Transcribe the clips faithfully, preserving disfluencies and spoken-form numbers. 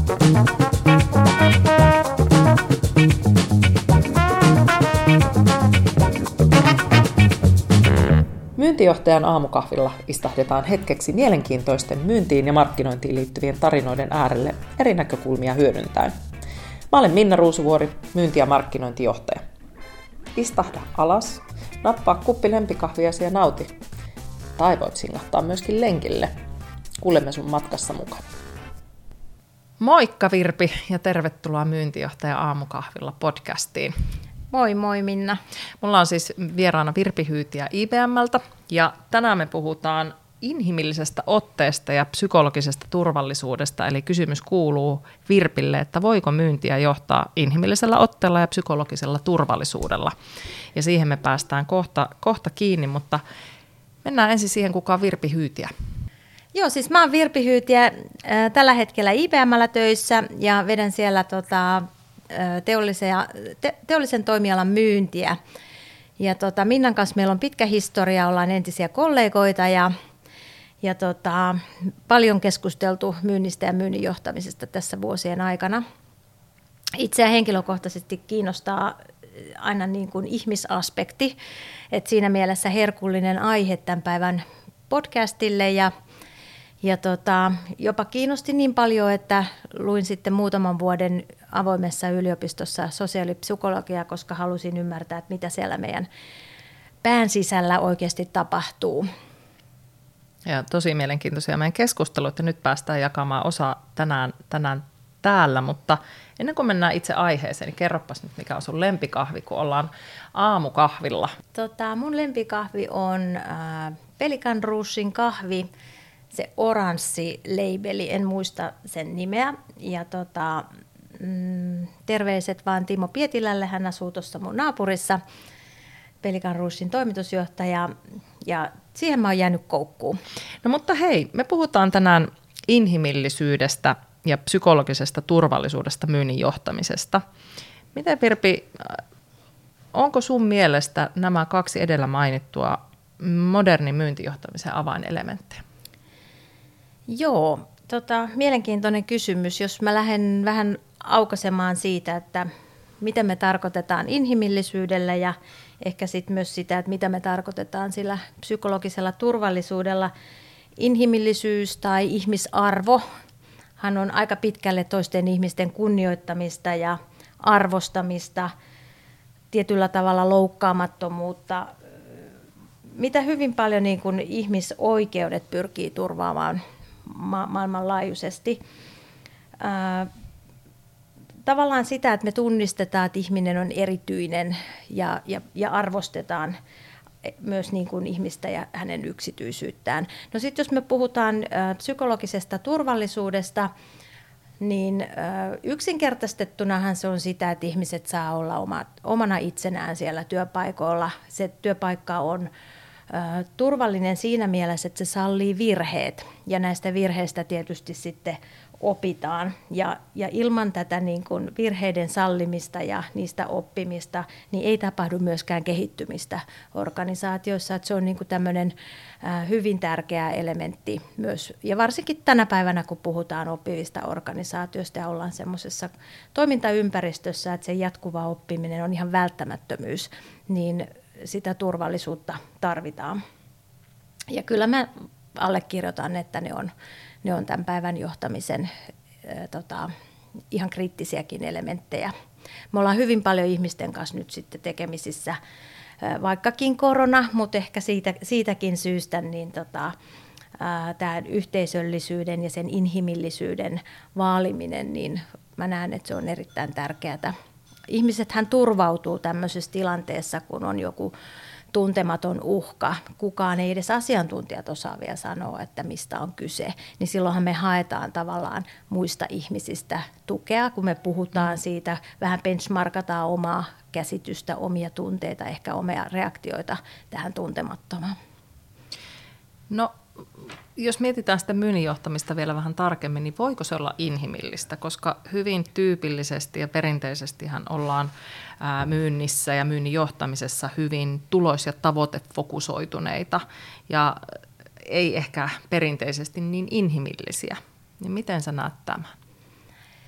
Myyntijohtajan aamukahvilla istahdetaan hetkeksi mielenkiintoisten myyntiin ja markkinointiin liittyvien tarinoiden äärelle eri näkökulmia hyödyntäen. Mä olen Minna Ruusuvuori, myynti- ja markkinointijohtaja. Istahda alas, nappaa kuppi lempikahviasi ja nauti. Tai voit singahtaa myöskin lenkille. Kuulemme sun matkassa mukana. Moikka Virpi ja tervetuloa Myyntijohtaja aamukahvilla podcastiin. Moi moi Minna. Mulla on siis vieraana Virpi Hyytiä I B M:ltä ja tänään me puhutaan inhimillisestä otteesta ja psykologisesta turvallisuudesta. Eli kysymys kuuluu Virpille, että voiko myyntiä johtaa inhimillisellä otteella ja psykologisella turvallisuudella. Ja siihen me päästään kohta, kohta kiinni, mutta mennään ensin siihen, kuka on Virpi Hyytiä. Joo, siis mä oon Virpi Hyytiä äh, tällä hetkellä I B M:llä töissä ja vedän siellä tota, teollisen, te, teollisen toimialan myyntiä. Ja tota, Minnan kanssa meillä on pitkä historia, ollaan entisiä kollegoita ja, ja tota, paljon keskusteltu myynnistä ja myynnin johtamisesta tässä vuosien aikana. Itseä henkilökohtaisesti kiinnostaa aina niin kuin ihmisaspekti, että siinä mielessä herkullinen aihe tämän päivän podcastille ja Ja tota, jopa kiinnosti niin paljon, että luin sitten muutaman vuoden avoimessa yliopistossa sosiaalipsykologiaa, koska halusin ymmärtää, että mitä siellä meidän pään sisällä oikeasti tapahtuu. Ja tosi mielenkiintoisia meidän keskusteluita. Nyt päästään jakamaan osa tänään, tänään täällä, mutta ennen kuin mennään itse aiheeseen, niin kerropas nyt, mikä on sun lempikahvi, kun ollaan aamukahvilla. Tota, mun lempikahvi on äh, Pelikan Rougen kahvi. Se oranssi leibeli, en muista sen nimeä. Ja tota, mm, terveiset vaan Timo Pietilälle, hän asuu tuossa mun naapurissa, Pelikan Rougen toimitusjohtaja, ja siihen mä oon jäänyt koukkuun. No mutta hei, me puhutaan tänään inhimillisyydestä ja psykologisesta turvallisuudesta myynnin johtamisesta. Miten Virpi, onko sun mielestä nämä kaksi edellä mainittua modernin myyntijohtamisen avainelementtejä? Joo, tota, mielenkiintoinen kysymys. Jos mä lähden vähän aukaisemaan siitä, että mitä me tarkoitetaan inhimillisyydellä ja ehkä sitten myös sitä, että mitä me tarkoitetaan sillä psykologisella turvallisuudella. Inhimillisyys tai ihmisarvohan on aika pitkälle toisten ihmisten kunnioittamista ja arvostamista, tietyllä tavalla loukkaamattomuutta, mitä hyvin paljon niin kuin ihmisoikeudet pyrkii turvaamaan ma- maailmanlaajuisesti. Ää, tavallaan sitä, että me tunnistetaan, että ihminen on erityinen ja, ja, ja arvostetaan myös niin kuin ihmistä ja hänen yksityisyyttään. No sitten jos me puhutaan ää, psykologisesta turvallisuudesta, niin ää, yksinkertaistettunahan se on sitä, että ihmiset saa olla oma, omana itsenään siellä työpaikoilla. Se työpaikka on turvallinen siinä mielessä, että se sallii virheet ja näistä virheistä tietysti sitten opitaan. Ja, ja ilman tätä niin kuin virheiden sallimista ja niistä oppimista, niin ei tapahdu myöskään kehittymistä organisaatioissa. Että se on niin kuin tämmöinen hyvin tärkeä elementti myös. Ja varsinkin tänä päivänä, kun puhutaan oppivista organisaatioista ja ollaan semmoisessa toimintaympäristössä, että se jatkuva oppiminen on ihan välttämättömyys, niin sitä turvallisuutta tarvitaan. Ja kyllä mä allekirjoitan, että ne on, ne on tämän päivän johtamisen ää, tota, ihan kriittisiäkin elementtejä. Me ollaan hyvin paljon ihmisten kanssa nyt sitten tekemisissä, ää, vaikkakin korona, mutta ehkä siitä, siitäkin syystä niin tota, tämän yhteisöllisyyden ja sen inhimillisyyden vaaliminen, niin mä näen, että se on erittäin tärkeää. Ihmisethän turvautuu tämmöisessä tilanteessa, kun on joku tuntematon uhka. Kukaan ei edes asiantuntijat osaa vielä sanoa, että mistä on kyse. Niin silloinhan me haetaan tavallaan muista ihmisistä tukea, kun me puhutaan siitä, vähän benchmarkataan omaa käsitystä, omia tunteita, ehkä omia reaktioita tähän tuntemattomaan. No, jos mietitään sitä myynnin johtamista vielä vähän tarkemmin, niin voiko se olla inhimillistä? Koska hyvin tyypillisesti ja perinteisestihän ollaan ää, myynnissä ja myynnin johtamisessa hyvin tulos- ja tavoitefokusoituneita ja ei ehkä perinteisesti niin inhimillisiä. Niin miten sä näet tämän?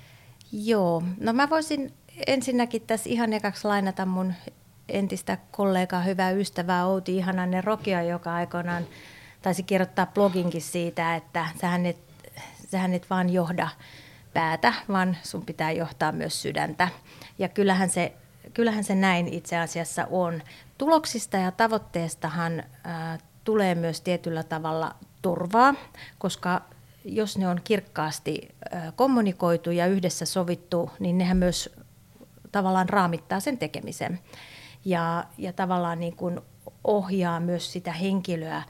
Joo, no mä voisin ensinnäkin tässä ihan ekaksi lainata mun entistä kollegaa, hyvää ystävää Outi Ihanainen Rokia, joka aikoinaan taisi kirjoittaa bloginkin siitä, että sähän et, sähän et vaan johda päätä, vaan sun pitää johtaa myös sydäntä. Ja kyllähän se, kyllähän se näin itse asiassa on. Tuloksista ja tavoitteestahan ää, tulee myös tietyllä tavalla turvaa, koska jos ne on kirkkaasti ää, kommunikoitu ja yhdessä sovittu, niin nehän myös tavallaan raamittaa sen tekemisen. Ja, ja tavallaan niin kuin ohjaa myös sitä henkilöä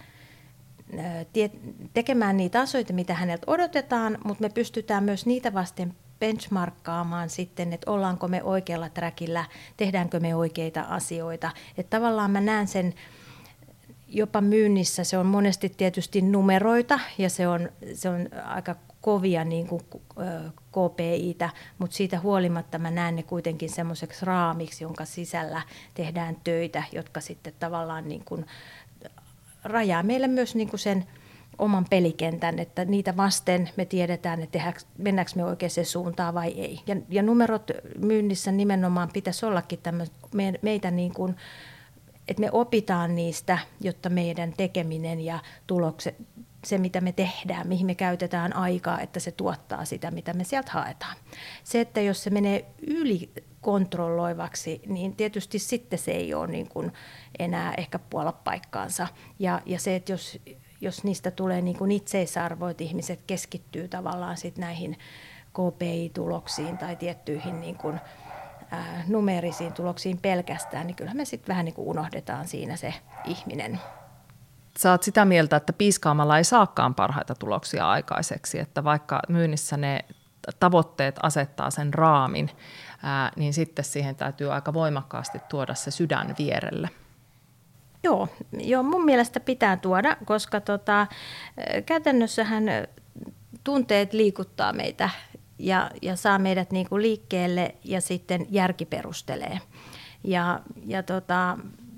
tekemään niitä asioita, mitä häneltä odotetaan, mutta me pystytään myös niitä vasten benchmarkkaamaan sitten, että ollaanko me oikealla trackillä, tehdäänkö me oikeita asioita. Että tavallaan mä näen sen jopa myynnissä, se on monesti tietysti numeroita ja se on, se on aika kovia niin kuin K P I:tä, mutta siitä huolimatta mä näen ne kuitenkin semmoiseksi raamiksi, jonka sisällä tehdään töitä, jotka sitten tavallaan niin kuin rajaa meille myös niin kuin sen oman pelikentän, että niitä vasten me tiedetään, että tehdäänkö, mennäänkö me oikeaan suuntaan vai ei. Ja, ja numerot myynnissä nimenomaan pitäisi ollakin tämmöistä, me, meitä niin kuin, että me opitaan niistä, jotta meidän tekeminen ja tulokset, se mitä me tehdään, mihin me käytetään aikaa, että se tuottaa sitä, mitä me sieltä haetaan. Se, että jos se menee yli kontrolloivaksi, niin tietysti sitten se ei ole niin kuin enää ehkä puolla paikkaansa. Ja, ja se, että jos, jos niistä tulee niin kuin itseisarvo, että ihmiset keskittyy tavallaan sit näihin K P I-tuloksiin tai tiettyihin niin kuin, ää, numerisiin tuloksiin pelkästään, niin kyllähän me sitten vähän niin kuin unohdetaan siinä se ihminen. Sä oot sitä mieltä, että piiskaamalla ei saakaan parhaita tuloksia aikaiseksi, että vaikka myynnissä ne tavoitteet asettaa sen raamin, ää, niin sitten siihen täytyy aika voimakkaasti tuoda se sydän vierelle. Joo, joo mun mielestä pitää tuoda, koska tota, käytännössähän tunteet liikuttaa meitä ja, ja saa meidät niinku liikkeelle ja sitten järki perustelee. Ja, ja tota,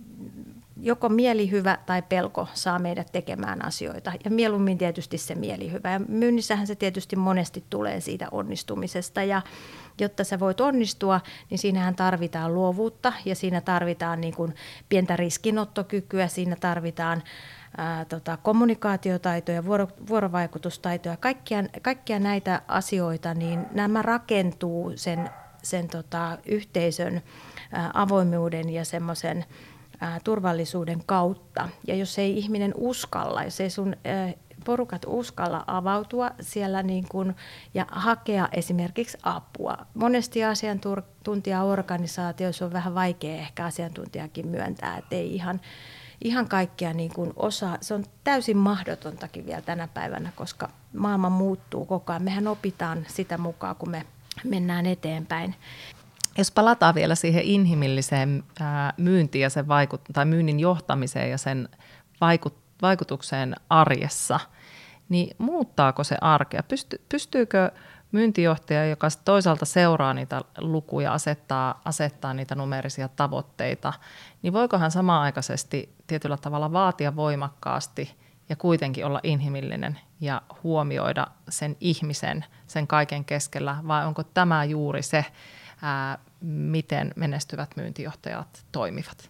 joko mielihyvä tai pelko saa meidät tekemään asioita ja mieluummin tietysti se mielihyvä. Ja myynnissähän se tietysti monesti tulee siitä onnistumisesta ja jotta sä voit onnistua, niin siinähän tarvitaan luovuutta ja siinä tarvitaan niin kuin pientä riskinottokykyä, siinä tarvitaan ää, tota, kommunikaatiotaitoja, vuoro, vuorovaikutustaitoja, kaikkia, kaikkia näitä asioita, niin nämä rakentuu sen, sen tota, yhteisön ää, avoimuuden ja semmoisen turvallisuuden kautta. Ja jos ei ihminen uskalla, jos ei sun porukat uskalla avautua siellä niin kuin, ja hakea esimerkiksi apua. Monesti asiantuntijaorganisaatioissa on vähän vaikea ehkä asiantuntijakin myöntää, että ei ihan, ihan kaikkea niin kuin osaa. Se on täysin mahdotontakin vielä tänä päivänä, koska maailma muuttuu koko ajan. Mehän opitaan sitä mukaan, kun me mennään eteenpäin. Jos palataan vielä siihen inhimilliseen ää, myyntiin ja sen vaikut- tai myynnin johtamiseen ja sen vaikut- vaikutukseen arjessa, niin muuttaako se arkea? Pysty- pystyykö myyntijohtaja, joka toisaalta seuraa niitä lukuja, asettaa, asettaa niitä numerisia tavoitteita, niin voiko hän samanaikaisesti tietyllä tavalla vaatia voimakkaasti ja kuitenkin olla inhimillinen ja huomioida sen ihmisen sen kaiken keskellä, vai onko tämä juuri se, ää, miten menestyvät myyntijohtajat toimivat?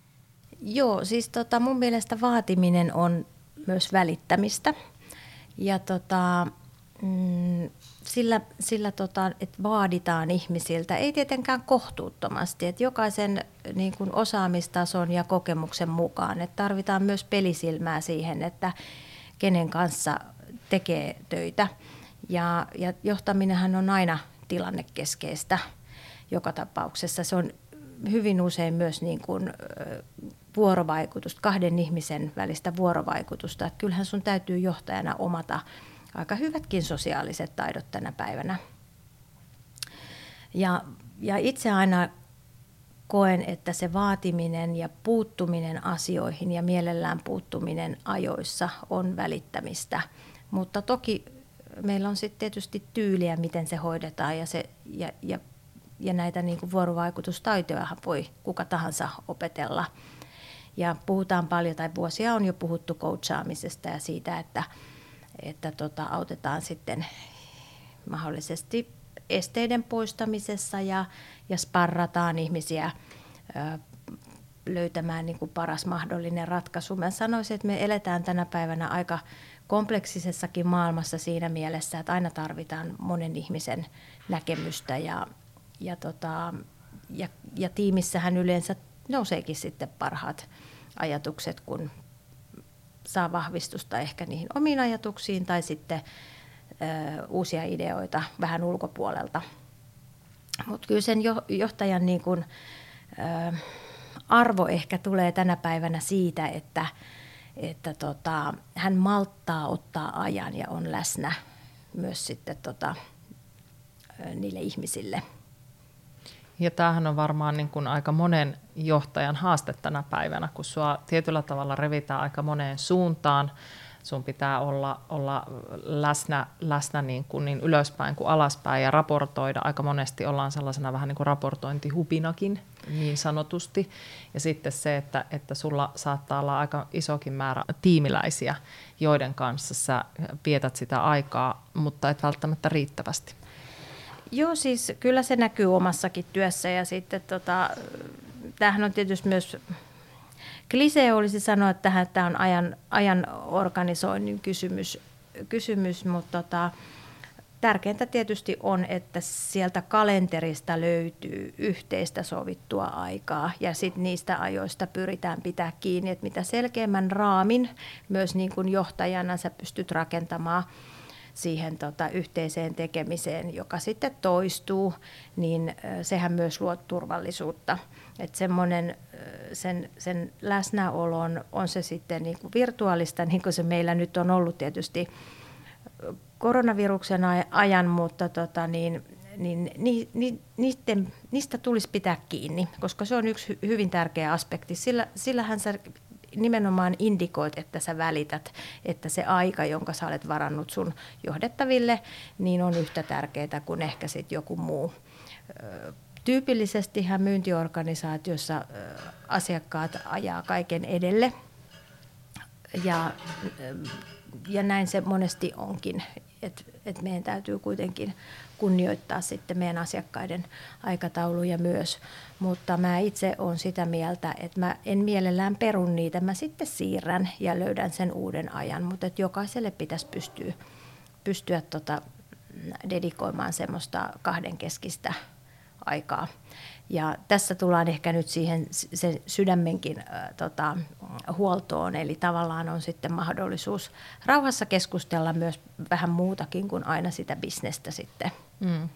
Joo, siis tota, mun mielestä vaatiminen on myös välittämistä. Ja tota, mm, sillä, sillä tota, että vaaditaan ihmisiltä, ei tietenkään kohtuuttomasti, että jokaisen niin kuin osaamistason ja kokemuksen mukaan, että tarvitaan myös pelisilmää siihen, että kenen kanssa tekee töitä. Ja, ja johtaminenhan on aina tilannekeskeistä joka tapauksessa. Se on hyvin usein myös niin kuin vuorovaikutusta, kahden ihmisen välistä vuorovaikutusta. Että kyllähän sun täytyy johtajana omata aika hyvätkin sosiaaliset taidot tänä päivänä. Ja, ja itse aina koen, että se vaatiminen ja puuttuminen asioihin ja mielellään puuttuminen ajoissa on välittämistä. Mutta toki meillä on sitten tietysti tyyliä, miten se hoidetaan ja, se, ja, ja, ja näitä niin kuin vuorovaikutustaitoja voi kuka tahansa opetella. Ja puhutaan paljon, tai vuosia on jo puhuttu coachaamisesta ja siitä, että, että tota, autetaan sitten mahdollisesti esteiden poistamisessa ja, ja sparrataan ihmisiä ö, löytämään niin kuin paras mahdollinen ratkaisu. Mä sanoisin, että me eletään tänä päivänä aika kompleksisessakin maailmassa siinä mielessä, että aina tarvitaan monen ihmisen näkemystä ja, ja, tota, ja, ja tiimissähän yleensä nouseekin sitten parhaat ajatukset, kun saa vahvistusta ehkä niihin omiin ajatuksiin tai sitten ö, uusia ideoita vähän ulkopuolelta. Mutta kyllä sen jo, johtajan niin kun, ö, arvo ehkä tulee tänä päivänä siitä, että, että tota, hän malttaa ottaa ajan ja on läsnä myös sitten tota, niille ihmisille. Ja tämähän on varmaan niin kuin aika monen johtajan haaste tänä päivänä, kun sua tietyllä tavalla revitään aika moneen suuntaan. Sun pitää olla, olla läsnä, läsnä niin, kuin niin ylöspäin kuin alaspäin ja raportoida. Aika monesti ollaan sellaisena vähän niin kuin raportointihupinakin niin sanotusti. Ja sitten se, että, että sulla saattaa olla aika isokin määrä tiimiläisiä, joiden kanssa sä vietät sitä aikaa, mutta et välttämättä riittävästi. Joo, siis kyllä se näkyy omassakin työssä ja sitten tota, tämähän on tietysti myös, klisee olisi sanoa, että tämä on ajan, ajan organisoinnin kysymys, kysymys mutta tota, tärkeintä tietysti on, että sieltä kalenterista löytyy yhteistä sovittua aikaa ja sitten niistä ajoista pyritään pitää kiinni, että mitä selkeämmän raamin myös niin kuin johtajana sä pystyt rakentamaan siihen tota, yhteiseen tekemiseen, joka sitten toistuu, niin sehän myös luo turvallisuutta. Että semmoinen sen, sen läsnäolon, on se sitten niin kuin virtuaalista, niin kuin se meillä nyt on ollut tietysti koronaviruksen ajan, mutta tota, niin, niin, ni, ni, niisten, niistä tulisi pitää kiinni, koska se on yksi hyvin tärkeä aspekti. Sillä, sillähän sä nimenomaan indikoit, että sä välität, että se aika, jonka sä olet varannut sun johdettaville, niin on yhtä tärkeää kuin ehkä sitten joku muu. Tyypillisestihän myyntiorganisaatiossa asiakkaat ajaa kaiken edelle ja, ja näin se monesti onkin, että et meidän täytyy kuitenkin kunnioittaa sitten meidän asiakkaiden aikatauluja myös, mutta mä itse olen sitä mieltä, että mä en mielellään perun niitä, mä sitten siirrän ja löydän sen uuden ajan, mutta että jokaiselle pitäisi pystyä, pystyä tota, dedikoimaan semmoista kahdenkeskistä aikaa. Ja tässä tullaan ehkä nyt siihen sen sydämenkin äh, tota, huoltoon, eli tavallaan on sitten mahdollisuus rauhassa keskustella myös vähän muutakin kuin aina sitä bisnestä sitten. Mm.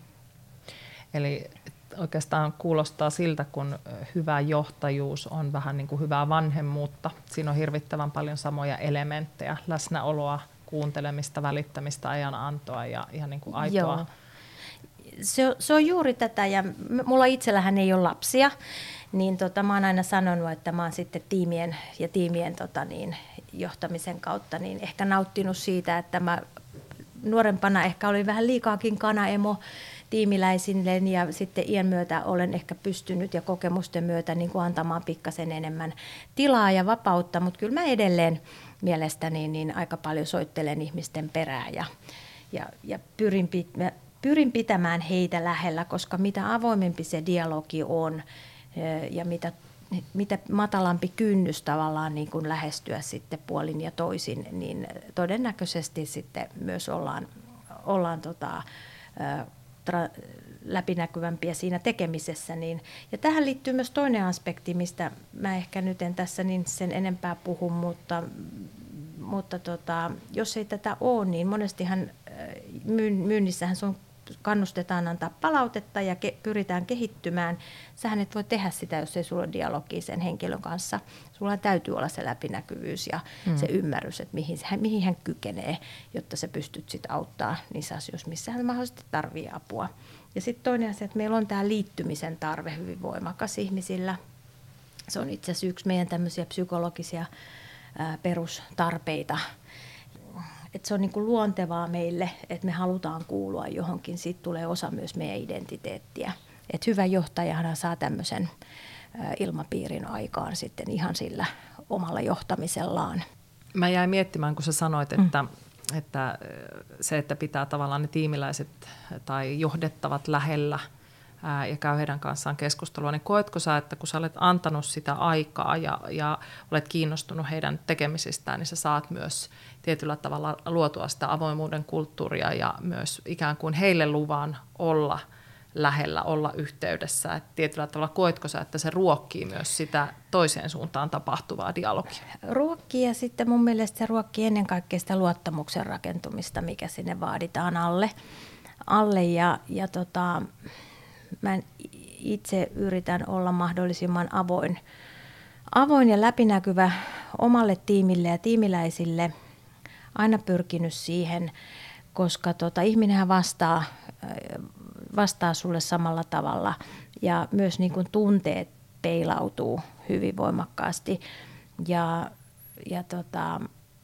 Eli oikeastaan kuulostaa siltä, kun hyvä johtajuus on vähän niin kuin hyvää vanhemmuutta. Siinä on hirvittävän paljon samoja elementtejä, läsnäoloa, kuuntelemista, välittämistä, ajanantoa ja ihan niin kuin aitoa. Joo. Se, se on juuri tätä, ja mulla itsellähän ei ole lapsia, niin tota, mä oon aina sanonut, että mä oon sitten tiimien ja tiimien tota, niin, johtamisen kautta niin ehkä nauttinut siitä, että mä nuorempana ehkä olin vähän liikaakin kanaemo tiimiläisille, ja sitten iän myötä olen ehkä pystynyt ja kokemusten myötä niin kuin antamaan pikkasen enemmän tilaa ja vapautta, mutta kyllä mä edelleen mielestäni niin aika paljon soittelen ihmisten perään ja, ja, ja pyrin pitämään Pyrin pitämään heitä lähellä, koska mitä avoimempi se dialogi on ja mitä, mitä matalampi kynnys tavallaan niin kuin lähestyä sitten puolin ja toisin, niin todennäköisesti sitten myös ollaan, ollaan tota, tra, läpinäkyvämpiä siinä tekemisessä. Niin, ja tähän liittyy myös toinen aspekti, mistä mä ehkä nyt en tässä niin sen enempää puhu, mutta, mutta tota, jos ei tätä ole, niin monestihan myynnissähän se on kannustetaan antaa palautetta ja ke- pyritään kehittymään. Sähän et voi tehdä sitä, jos ei sulla ole dialogia sen henkilön kanssa. Sulla täytyy olla se läpinäkyvyys ja mm. se ymmärrys, että mihin, mihin hän kykenee, jotta sä pystyt sit auttaa niissä asioissa, missä hän mahdollisesti tarvitsee apua. Ja sitten toinen asia, että meillä on tämä liittymisen tarve hyvin voimakas ihmisillä. Se on itse asiassa yksi meidän tämmöisiä psykologisia ää, perustarpeita. Että se on niin kuin luontevaa meille, että me halutaan kuulua johonkin, siitä tulee osa myös meidän identiteettiä. Että hyvä johtajahan saa tämmöisen ilmapiirin aikaan sitten ihan sillä omalla johtamisellaan. Mä jäin miettimään, kun sä sanoit, että, mm. että se, että pitää tavallaan ne tiimiläiset tai johdettavat lähellä ää, ja käy heidän kanssaan keskustelua, niin koetko sä, että kun sä olet antanut sitä aikaa ja, ja olet kiinnostunut heidän tekemisistään, niin sä saat myös tietyllä tavalla luotua sitä avoimuuden kulttuuria ja myös ikään kuin heille luvan olla lähellä, olla yhteydessä. Et tietyllä tavalla koetko sä, että se ruokkii myös sitä toiseen suuntaan tapahtuvaa dialogia? Ruokkii ja sitten mun mielestä se ruokkii ennen kaikkea sitä luottamuksen rakentumista, mikä sinne vaaditaan alle. alle ja, ja tota, mä itse yritän olla mahdollisimman avoin, avoin ja läpinäkyvä omalle tiimille ja tiimiläisille. Aina pyrkinyt siihen, koska tota, ihminenhän vastaa, vastaa sulle samalla tavalla ja myös niin kuin tunteet peilautuu hyvin voimakkaasti. Ja, ja tota,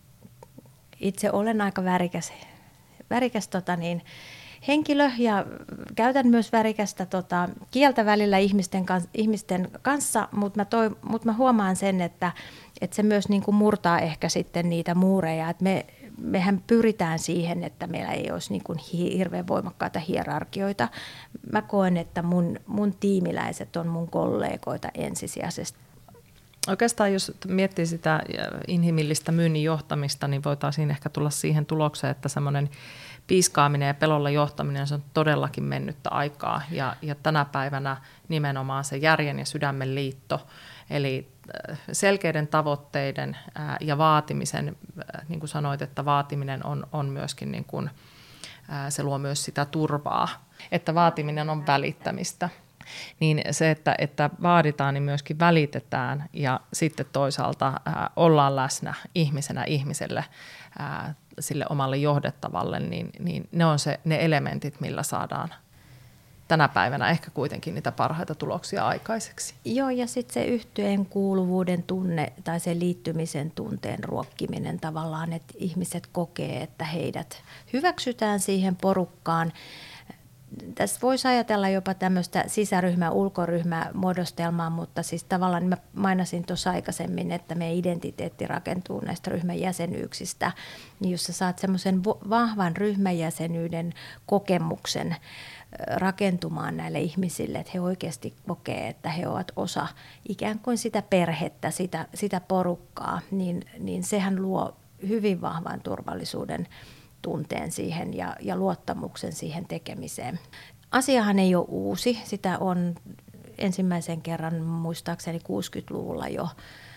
itse olen aika värikäs, värikäs tota niin, henkilö ja käytän myös värikästä tota, kieltä välillä ihmisten, kans, ihmisten kanssa, mutta mä, toi, mut mä huomaan sen, että, että se myös niin kuin murtaa ehkä sitten niitä muureja. Et me, mehän pyritään siihen, että meillä ei olisi niin kuin hirveän voimakkaita hierarkioita. Mä koen, että mun, mun tiimiläiset on mun kollegoita ensisijaisesti. Oikeastaan jos miettii sitä inhimillistä myynnin johtamista, niin voitaisiin ehkä tulla siihen tulokseen, että semmoinen piiskaaminen ja pelolla johtaminen, se on todellakin mennyttä aikaa. Ja, ja tänä päivänä nimenomaan se järjen ja sydämen liitto, eli selkeiden tavoitteiden ää, ja vaatimisen, ää, niin kuin sanoit, että vaatiminen on, on myöskin, niin kuin, ää, se luo myös sitä turvaa, että vaatiminen on välittämistä. Niin se, että, että vaaditaan, niin myöskin välitetään ja sitten toisaalta ää, ollaan läsnä ihmisenä ihmiselle, ää, sille omalle johdettavalle, niin, niin ne on se, ne elementit, millä saadaan tänä päivänä ehkä kuitenkin niitä parhaita tuloksia aikaiseksi. Joo, ja sitten se yhteen kuuluvuuden tunne tai se liittymisen tunteen ruokkiminen tavallaan, että ihmiset kokee, että heidät hyväksytään siihen porukkaan. Tässä voisi ajatella jopa tämmöistä sisäryhmä-ulkoryhmä-muodostelmaa, mutta siis tavallaan mä mainasin tuossa aikaisemmin, että meidän identiteetti rakentuu näistä ryhmän jäsenyyksistä, niin jos sä saat semmoisen vahvan ryhmäjäsenyyden kokemuksen rakentumaan näille ihmisille, että he oikeasti kokee, että he ovat osa ikään kuin sitä perhettä, sitä, sitä porukkaa, niin, niin sehän luo hyvin vahvan turvallisuuden tunteen siihen ja, ja luottamuksen siihen tekemiseen. Asiahan ei ole uusi, sitä on ensimmäisen kerran muistaakseni kuusikymmentäluvulla jo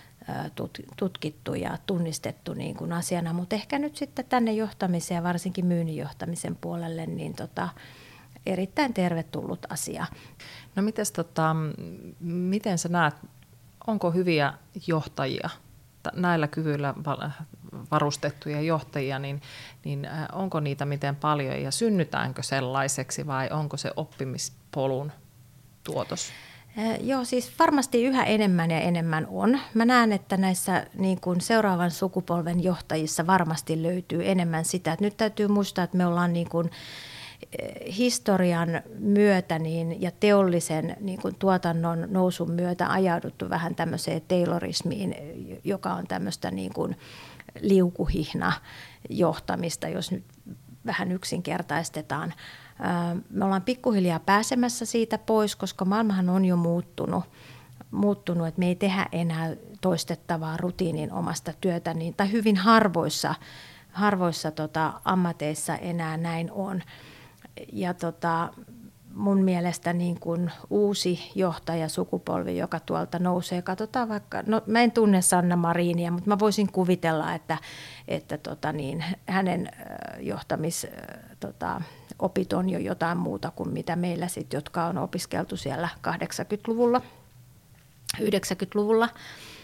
tutkittu ja tunnistettu niin kuin asiana, mutta ehkä nyt sitten tänne johtamiseen ja varsinkin myynnin johtamisen puolelle niin tota, erittäin tervetullut asia. No mites, tota, miten sä näet, onko hyviä johtajia, näillä kyvyillä varustettuja johtajia, niin, niin onko niitä miten paljon ja synnytäänkö sellaiseksi vai onko se oppimispolun tuotos? Joo, siis varmasti yhä enemmän ja enemmän on. Mä näen, että näissä niin kuin seuraavan sukupolven johtajissa varmasti löytyy enemmän sitä. Että nyt täytyy muistaa, että me ollaan niin kuin historian myötä niin, ja teollisen niin kuin tuotannon nousun myötä ajauduttu vähän tämmöiseen taylorismiin, joka on tämmöistä niin kuin liukuhihna johtamista, jos nyt vähän yksinkertaistetaan. Me ollaan pikkuhiljaa pääsemässä siitä pois, koska maailmahan on jo muuttunut, muuttunut että me ei tehdä enää toistettavaa rutiinin omasta työtä, niin, tai hyvin harvoissa, harvoissa tota, ammateissa enää näin on. Ja tota, mun mielestä niin kuin uusi johtajasukupolvi, joka tuolta nousee, katsotaan vaikka, no mä en tunne Sanna Marinia, mutta mä voisin kuvitella, että, että tota niin, hänen johtamisopit tota, on jo jotain muuta kuin mitä meillä sit, jotka on opiskeltu siellä kahdeksankymmentäluvulla, yhdeksänkymmentäluvulla.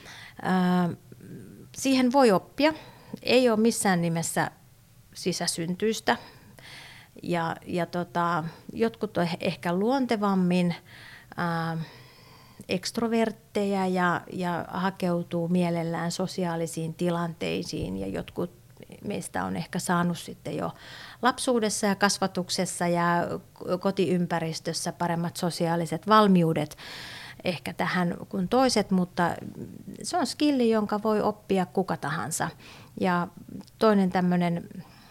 Siihen voi oppia, ei ole missään nimessä sisäsyntyistä. Ja, ja tota, jotkut on ehkä luontevammin ää, ekstrovertteja ja, ja hakeutuu mielellään sosiaalisiin tilanteisiin ja jotkut meistä on ehkä saanut sitten jo lapsuudessa ja kasvatuksessa ja kotiympäristössä paremmat sosiaaliset valmiudet ehkä tähän kuin toiset, mutta se on skilli, jonka voi oppia kuka tahansa. Ja toinen tämmöinen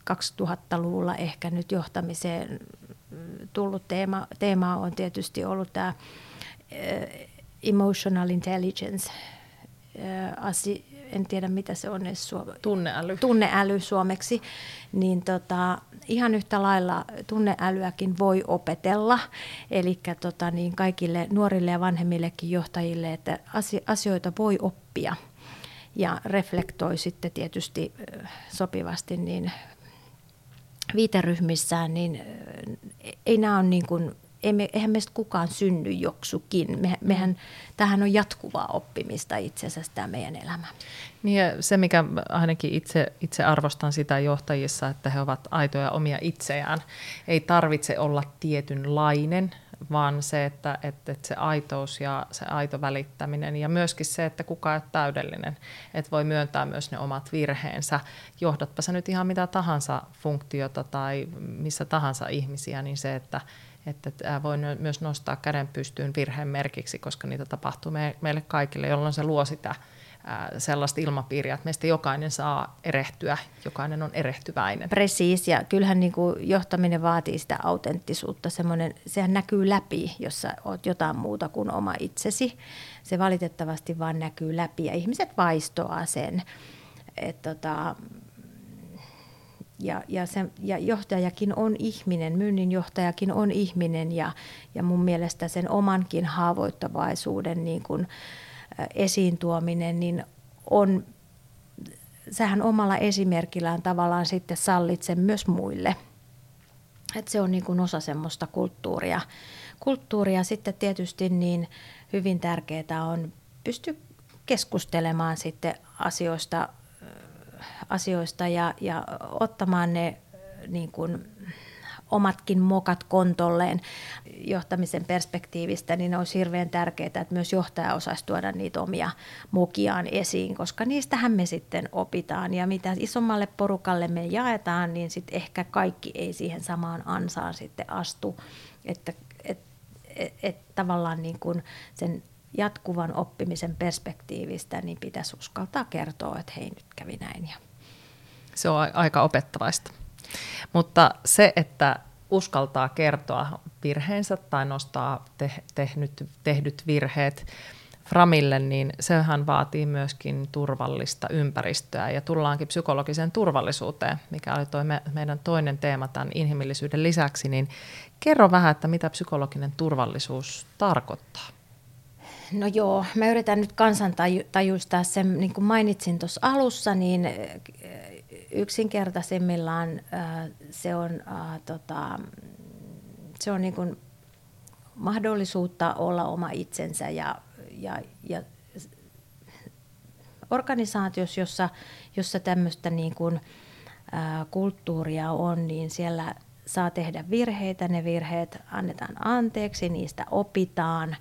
kaksituhattaluvulla ehkä nyt johtamiseen tullut teema, teema on tietysti ollut tämä emotional intelligence, asia, en tiedä mitä se on edes suom- tunneäly. tunneäly suomeksi, niin tota, ihan yhtä lailla tunneälyäkin voi opetella, eli tota, niin kaikille nuorille ja vanhemmillekin johtajille, että asioita voi oppia ja reflektoi sitten tietysti sopivasti niin viiteryhmissään, niin ei nämä ole niin kuin, eihän meistä kukaan synny joksukin. Me, mehän, tämähän on jatkuvaa oppimista itse asiassa tämä meidän elämä. Niin ja se, mikä ainakin itse, itse arvostan sitä johtajissa, että he ovat aitoja omia itseään. Ei tarvitse olla tietynlainen, vaan se, että, että, että se aitous ja se aito välittäminen ja myöskin se, että kukaan ei ole täydellinen. Että voi myöntää myös ne omat virheensä. Johdatpa sä nyt ihan mitä tahansa funktiota tai missä tahansa ihmisiä, niin se, että Että voi myös nostaa käden pystyyn virheen merkiksi, koska niitä tapahtuu meille kaikille, jolloin se luo sitä sellaista ilmapiiriä, että meistä jokainen saa erehtyä, jokainen on erehtyväinen. Presiis, ja kyllähän niin kuin johtaminen vaatii sitä autenttisuutta, semmoinen, sehän näkyy läpi, jos sä oot jotain muuta kuin oma itsesi. Se valitettavasti vaan näkyy läpi, ja ihmiset vaistoaa sen, että tota, Ja, ja, se, ja johtajakin on ihminen, myynnin johtajakin on ihminen ja, ja mun mielestä sen omankin haavoittavaisuuden niin kuin, ä, esiin tuominen, niin on, sähän omalla esimerkillään tavallaan sitten sallit sen myös muille. Et se on niin kuin osa semmoista kulttuuria. Kulttuuria sitten tietysti niin hyvin tärkeää on pystyä keskustelemaan sitten asioista, asioista ja, ja ottamaan ne niin kuin, omatkin mokat kontolleen johtamisen perspektiivistä, niin olisi hirveän tärkeää, että myös johtaja osaisi tuoda niitä omia mokiaan esiin, koska niistähän me sitten opitaan ja mitä isommalle porukalle me jaetaan, niin sitten ehkä kaikki ei siihen samaan ansaan sitten astu, että et, et, et, tavallaan niin kuin sen jatkuvan oppimisen perspektiivistä niin pitäisi uskaltaa kertoa, että hei, nyt kävi näin. Se on aika opettavaista. Mutta se, että uskaltaa kertoa virheensä tai nostaa te- tehnyt, tehdyt virheet framille, niin sehän vaatii myöskin turvallista ympäristöä. Ja tullaankin psykologiseen turvallisuuteen, mikä oli toi me, meidän toinen teema tämän inhimillisyyden lisäksi. Niin kerro vähän, että mitä psykologinen turvallisuus tarkoittaa. No joo, mä yritän nyt kansantajuistaa sen, niin kuin mainitsin tuossa alussa, niin yksinkertaisimmillaan se on, tota, se on niin kuin mahdollisuutta olla oma itsensä ja, ja, ja organisaatiossa, jossa, jossa tämmöistä niin kuin, ä, kulttuuria on, niin siellä saa tehdä virheitä, ne virheet annetaan anteeksi, niistä opitaan.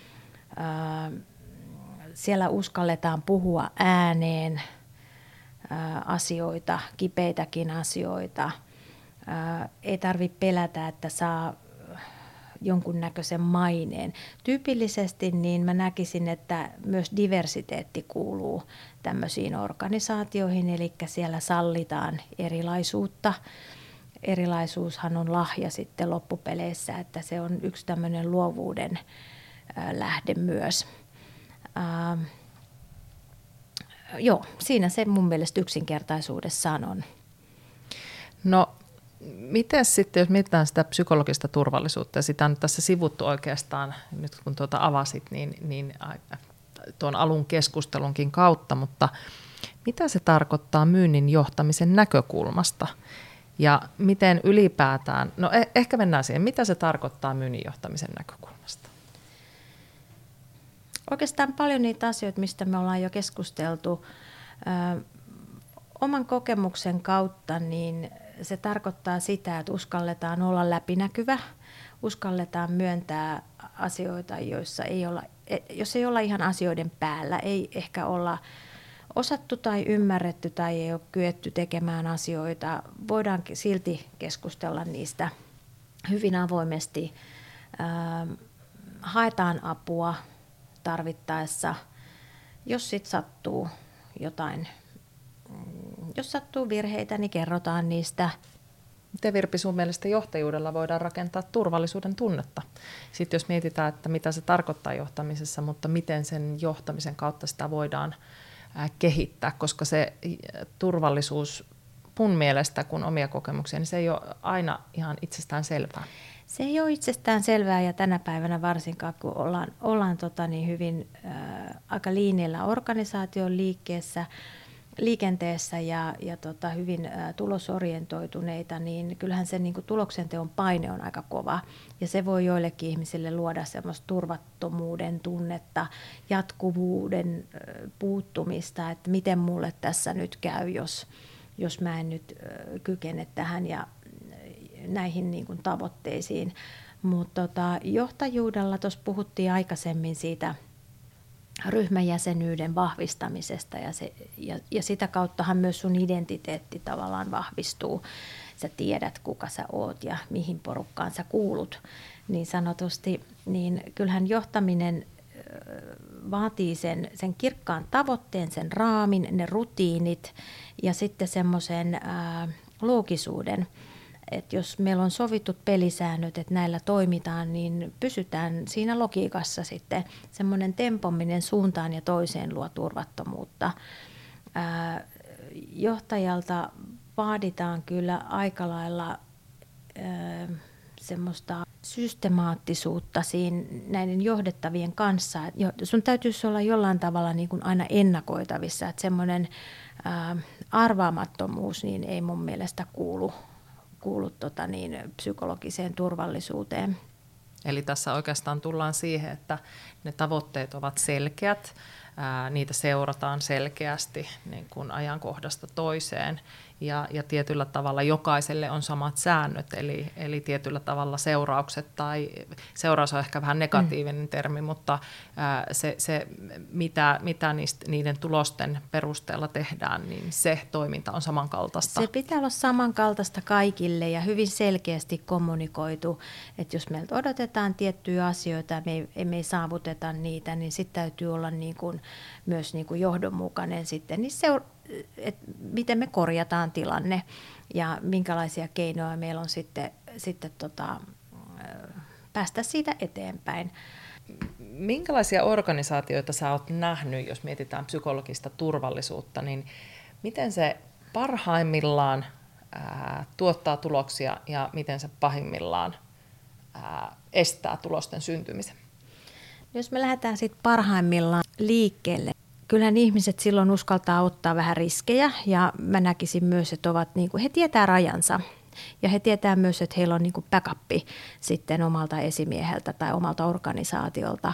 Siellä uskalletaan puhua ääneen asioita, kipeitäkin asioita. Ei tarvitse pelätä, että saa jonkunnäköisen maineen. Tyypillisesti niin mä näkisin, että myös diversiteetti kuuluu tämmöisiin organisaatioihin, eli siellä sallitaan erilaisuutta. Erilaisuushan on lahja sitten loppupeleissä, että se on yksi tämmöinen luovuuden lähde myös. Äh, joo, siinä se mun mielestä yksinkertaisuudessaan on. No, miten sitten, jos mietitään sitä psykologista turvallisuutta, ja sitä on nyt tässä sivuttu oikeastaan, nyt kun tuota avasit, niin, niin tuon alun keskustelunkin kautta, mutta mitä se tarkoittaa myynnin johtamisen näkökulmasta? Ja miten ylipäätään, no eh, ehkä mennään siihen, mitä se tarkoittaa myynnin johtamisen näkökulmasta? Oikeastaan paljon niitä asioita, mistä me ollaan jo keskusteltu ö, oman kokemuksen kautta, niin se tarkoittaa sitä, että uskalletaan olla läpinäkyvä, uskalletaan myöntää asioita, joissa ei olla, jos ei olla ihan asioiden päällä, ei ehkä olla osattu tai ymmärretty tai ei ole kyetty tekemään asioita, voidaan silti keskustella niistä hyvin avoimesti, ö, haetaan apua tarvittaessa, jos sitten sattuu jotain, jos sattuu virheitä, niin kerrotaan niistä. Miten Virpi sun mielestä johtajuudella voidaan rakentaa turvallisuuden tunnetta? Sitten jos mietitään, että mitä se tarkoittaa johtamisessa, mutta miten sen johtamisen kautta sitä voidaan kehittää, koska se turvallisuus mun mielestä, kun omia kokemuksia, niin se ei ole aina ihan itsestään selvää. Se ei ole itsestään selvää ja tänä päivänä varsinkaan, kun ollaan, ollaan tota niin hyvin äh, aika liineillä organisaation liikkeessä, liikenteessä ja, ja tota, hyvin ä, tulosorientoituneita, niin kyllähän se niin kuin tuloksenteon paine on aika kova. Ja se voi joillekin ihmisille luoda semmoista turvattomuuden tunnetta, jatkuvuuden ä, puuttumista, että miten mulle tässä nyt käy, jos, jos mä en nyt ä, kykene tähän ja näihin niin kuin tavoitteisiin. Mutta tota, johtajuudella tuossa puhuttiin aikaisemmin siitä ryhmäjäsenyyden vahvistamisesta ja, se, ja, ja sitä kauttahan myös sun identiteetti tavallaan vahvistuu. Sä tiedät, kuka sä oot ja mihin porukkaan sä kuulut. Niin sanotusti, niin kyllähän johtaminen vaatii sen, sen kirkkaan tavoitteen, sen raamin, ne rutiinit ja sitten semmoisen loogisuuden. Että jos meillä on sovitut pelisäännöt, että näillä toimitaan, niin pysytään siinä logiikassa sitten. Semmoinen tempominen suuntaan ja toiseen luo turvattomuutta. Ää, johtajalta vaaditaan kyllä aika lailla ää, semmoista systemaattisuutta siinä näiden johdettavien kanssa. Sun täytyisi olla jollain tavalla niin kuin aina ennakoitavissa, että semmoinen ää, arvaamattomuus niin ei mun mielestä kuulu. kuulu tota niin, psykologiseen turvallisuuteen. Eli tässä oikeastaan tullaan siihen, että ne tavoitteet ovat selkeät, ää, niitä seurataan selkeästi niin kuin ajankohdasta toiseen ja, ja tietyllä tavalla jokaiselle on samat säännöt, eli, eli tietyllä tavalla seuraukset tai seuraus on ehkä vähän negatiivinen mm. termi, mutta ää, se, se mitä, mitä niistä, niiden tulosten perusteella tehdään, niin se toiminta on samankaltaista. Se pitää olla samankaltaista kaikille ja hyvin selkeästi kommunikoitu, että jos meiltä odotetaan tiettyjä asioita ja me ei, me ei saavuteta niitä, niin sitten täytyy olla niin kuin, myös niin kuin johdonmukainen sitten niin seura- että miten me korjataan tilanne ja minkälaisia keinoja meillä on sitten, sitten tota, päästä siitä eteenpäin. Minkälaisia organisaatioita sä oot nähnyt, jos mietitään psykologista turvallisuutta, niin miten se parhaimmillaan ää, tuottaa tuloksia ja miten se pahimmillaan ää, estää tulosten syntymisen? Jos me lähdetään sitten parhaimmillaan liikkeelle, kyllähän ihmiset silloin uskaltaa ottaa vähän riskejä ja mä näkisin myös, että ovat, niin kuin, he tietää rajansa ja he tietää myös, että heillä on niin kuin backup sitten omalta esimieheltä tai omalta organisaatiolta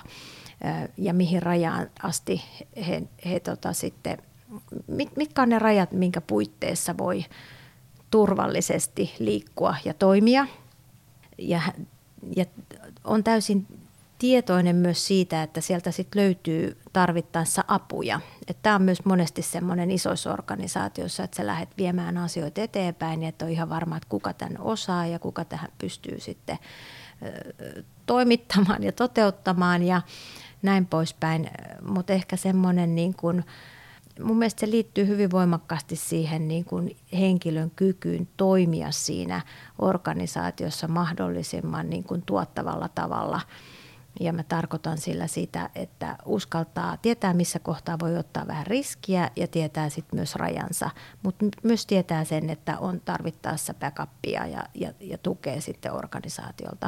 ja mihin rajaan asti he, he tota sitten, mitkä on ne rajat, minkä puitteissa voi turvallisesti liikkua ja toimia ja, ja on täysin tietoinen myös siitä, että sieltä sit löytyy tarvittaessa apuja. Tämä on myös monesti semmoinen isoissa organisaatioissa, että sä lähdet viemään asioita eteenpäin, niin että on ihan varma, että kuka tämän osaa ja kuka tähän pystyy sitten ö, toimittamaan ja toteuttamaan ja näin poispäin. Mutta ehkä semmoinen, niin kun, mun mielestä se liittyy hyvin voimakkaasti siihen niin kun henkilön kykyyn toimia siinä organisaatiossa mahdollisimman niin kun tuottavalla tavalla. Ja mä tarkoitan sillä sitä, että uskaltaa tietää, missä kohtaa voi ottaa vähän riskiä ja tietää sitten myös rajansa, mutta myös tietää sen, että on tarvittaessa backupia ja, ja, ja tukee sitten organisaatiolta.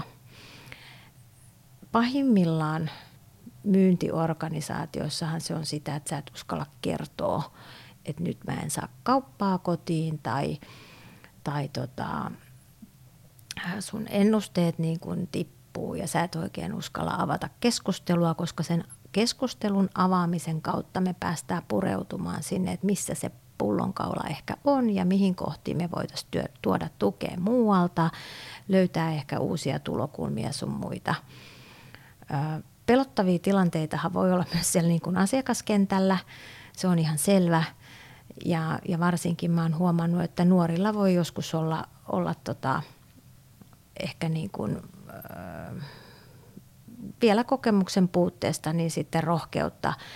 Pahimmillaan myyntiorganisaatioissahan se on sitä, että sä et uskalla kertoa, että nyt mä en saa kauppaa kotiin tai, tai tota, sun ennusteet niin kuin tippuu. Ja sä et oikein uskalla avata keskustelua, koska sen keskustelun avaamisen kautta me päästään pureutumaan sinne, että missä se pullonkaula ehkä on ja mihin kohtiin me voitaisiin tuoda tukea muualta, löytää ehkä uusia tulokulmia sun muita. Pelottavia tilanteitahan voi olla myös siellä niin kuin asiakaskentällä, se on ihan selvä. Ja, ja varsinkin mä oon huomannut, että nuorilla voi joskus olla, olla tota, ehkä niin kuin vielä kokemuksen puutteesta, niin sitten rohkeutta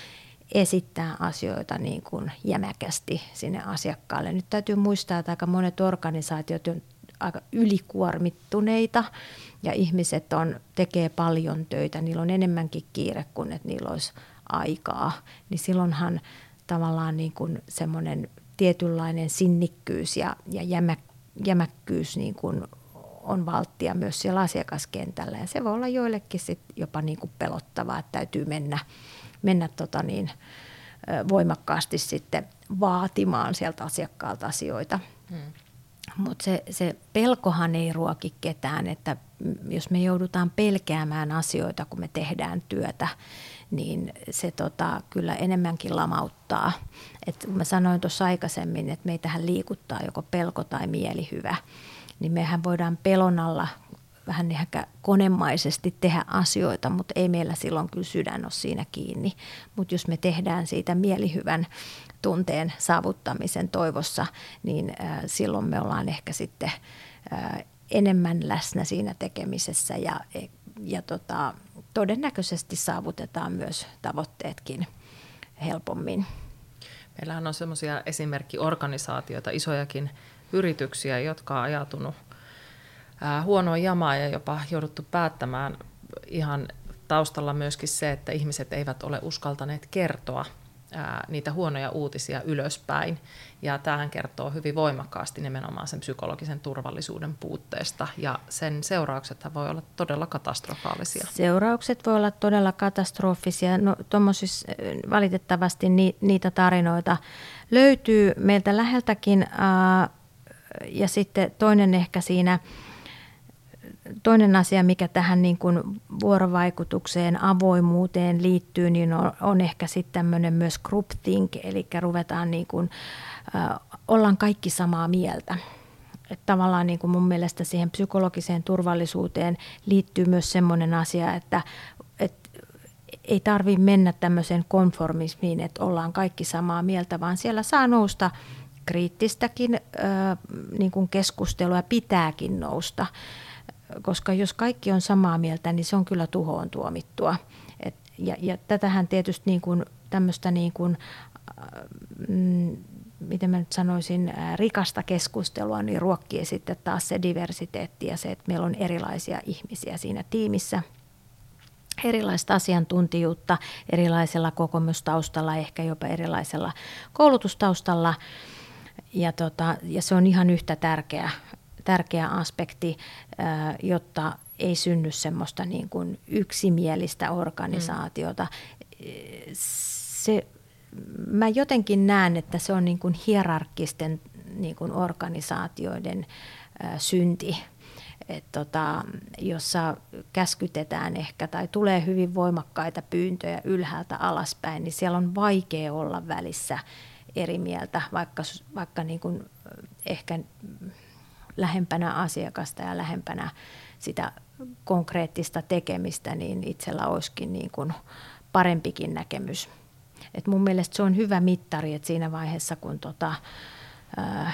esittää asioita niin kuin jämäkästi sinne asiakkaalle. Nyt täytyy muistaa, että aika monet organisaatiot on aika ylikuormittuneita ja ihmiset on, tekee paljon töitä. Niillä on enemmänkin kiire kuin että niillä olisi aikaa. Niin silloinhan tavallaan niin kuin semmoinen tietynlainen sinnikkyys ja, ja jämä, jämäkkyys niin kuin on valttia myös siellä asiakaskentällä. Ja se voi olla joillekin sit jopa niin kuin pelottavaa, että täytyy mennä, mennä tota niin, voimakkaasti sitten vaatimaan sieltä asiakkaalta asioita. Hmm. Mutta se, se pelkohan ei ruoki ketään, että jos me joudutaan pelkäämään asioita, kun me tehdään työtä, niin se tota, kyllä enemmänkin lamauttaa. Et mä sanoin tuossa aikaisemmin, että meitähän liikuttaa joko pelko tai mielihyvä, niin mehän voidaan pelon alla vähän ehkä konemaisesti tehdä asioita, mutta ei meillä silloin kyllä sydän ole siinä kiinni. Mutta jos me tehdään siitä mielihyvän tunteen saavuttamisen toivossa, niin äh, silloin me ollaan ehkä sitten äh, enemmän läsnä siinä tekemisessä ja, ja tota, todennäköisesti saavutetaan myös tavoitteetkin helpommin. Meillähän on semmoisia esimerkkiorganisaatioita, isojakin yrityksiä, jotka on ajatunut ää, huonoa jamaa ja jopa jouduttu päättämään ihan taustalla myöskin se, että ihmiset eivät ole uskaltaneet kertoa ää, niitä huonoja uutisia ylöspäin. Ja tämähän kertoo hyvin voimakkaasti nimenomaan sen psykologisen turvallisuuden puutteesta ja sen seuraukset voi olla todella katastrofaalisia. Seuraukset voi olla todella katastrofisia. No, tommosissa, valitettavasti ni, niitä tarinoita löytyy meiltä läheltäkin ää, ja sitten toinen ehkä siinä, toinen asia, mikä tähän niin kuin vuorovaikutukseen, avoimuuteen liittyy, niin on, on ehkä sitten tämmöinen myös groupthink, eli ruvetaan niin kuin, äh, ollaan kaikki samaa mieltä. Että tavallaan niin kuin mun mielestä siihen psykologiseen turvallisuuteen liittyy myös semmoinen asia, että, että ei tarvitse mennä tämmöiseen konformismiin, että ollaan kaikki samaa mieltä, vaan siellä saa nousta kriittistäkin äh, niin kuin keskustelua, pitääkin nousta. Koska jos kaikki on samaa mieltä, niin se on kyllä tuhoon tuomittua. Et, ja, ja tätähän tietysti niin kuin, tämmöistä, niin kuin, äh, miten mä nyt sanoisin, äh, rikasta keskustelua, niin ruokkii sitten taas se diversiteetti ja se, että meillä on erilaisia ihmisiä siinä tiimissä. Erilaista asiantuntijuutta, erilaisella kokemustaustalla, ehkä jopa erilaisella koulutustaustalla. Ja, tota, ja se on ihan yhtä tärkeä, tärkeä aspekti, jotta ei synny semmoista niin kuin yksimielistä organisaatiota. Se, mä jotenkin näen, että se on niin kuin hierarkkisten niin kuin organisaatioiden synti, et tota, jossa käskytetään ehkä tai tulee hyvin voimakkaita pyyntöjä ylhäältä alaspäin, niin siellä on vaikea olla välissä eri mieltä, vaikka, vaikka niin kuin ehkä lähempänä asiakasta ja lähempänä sitä konkreettista tekemistä, niin itsellä olisikin niin kuin parempikin näkemys. Et mun mielestä se on hyvä mittari, että siinä vaiheessa, kun tota, ää,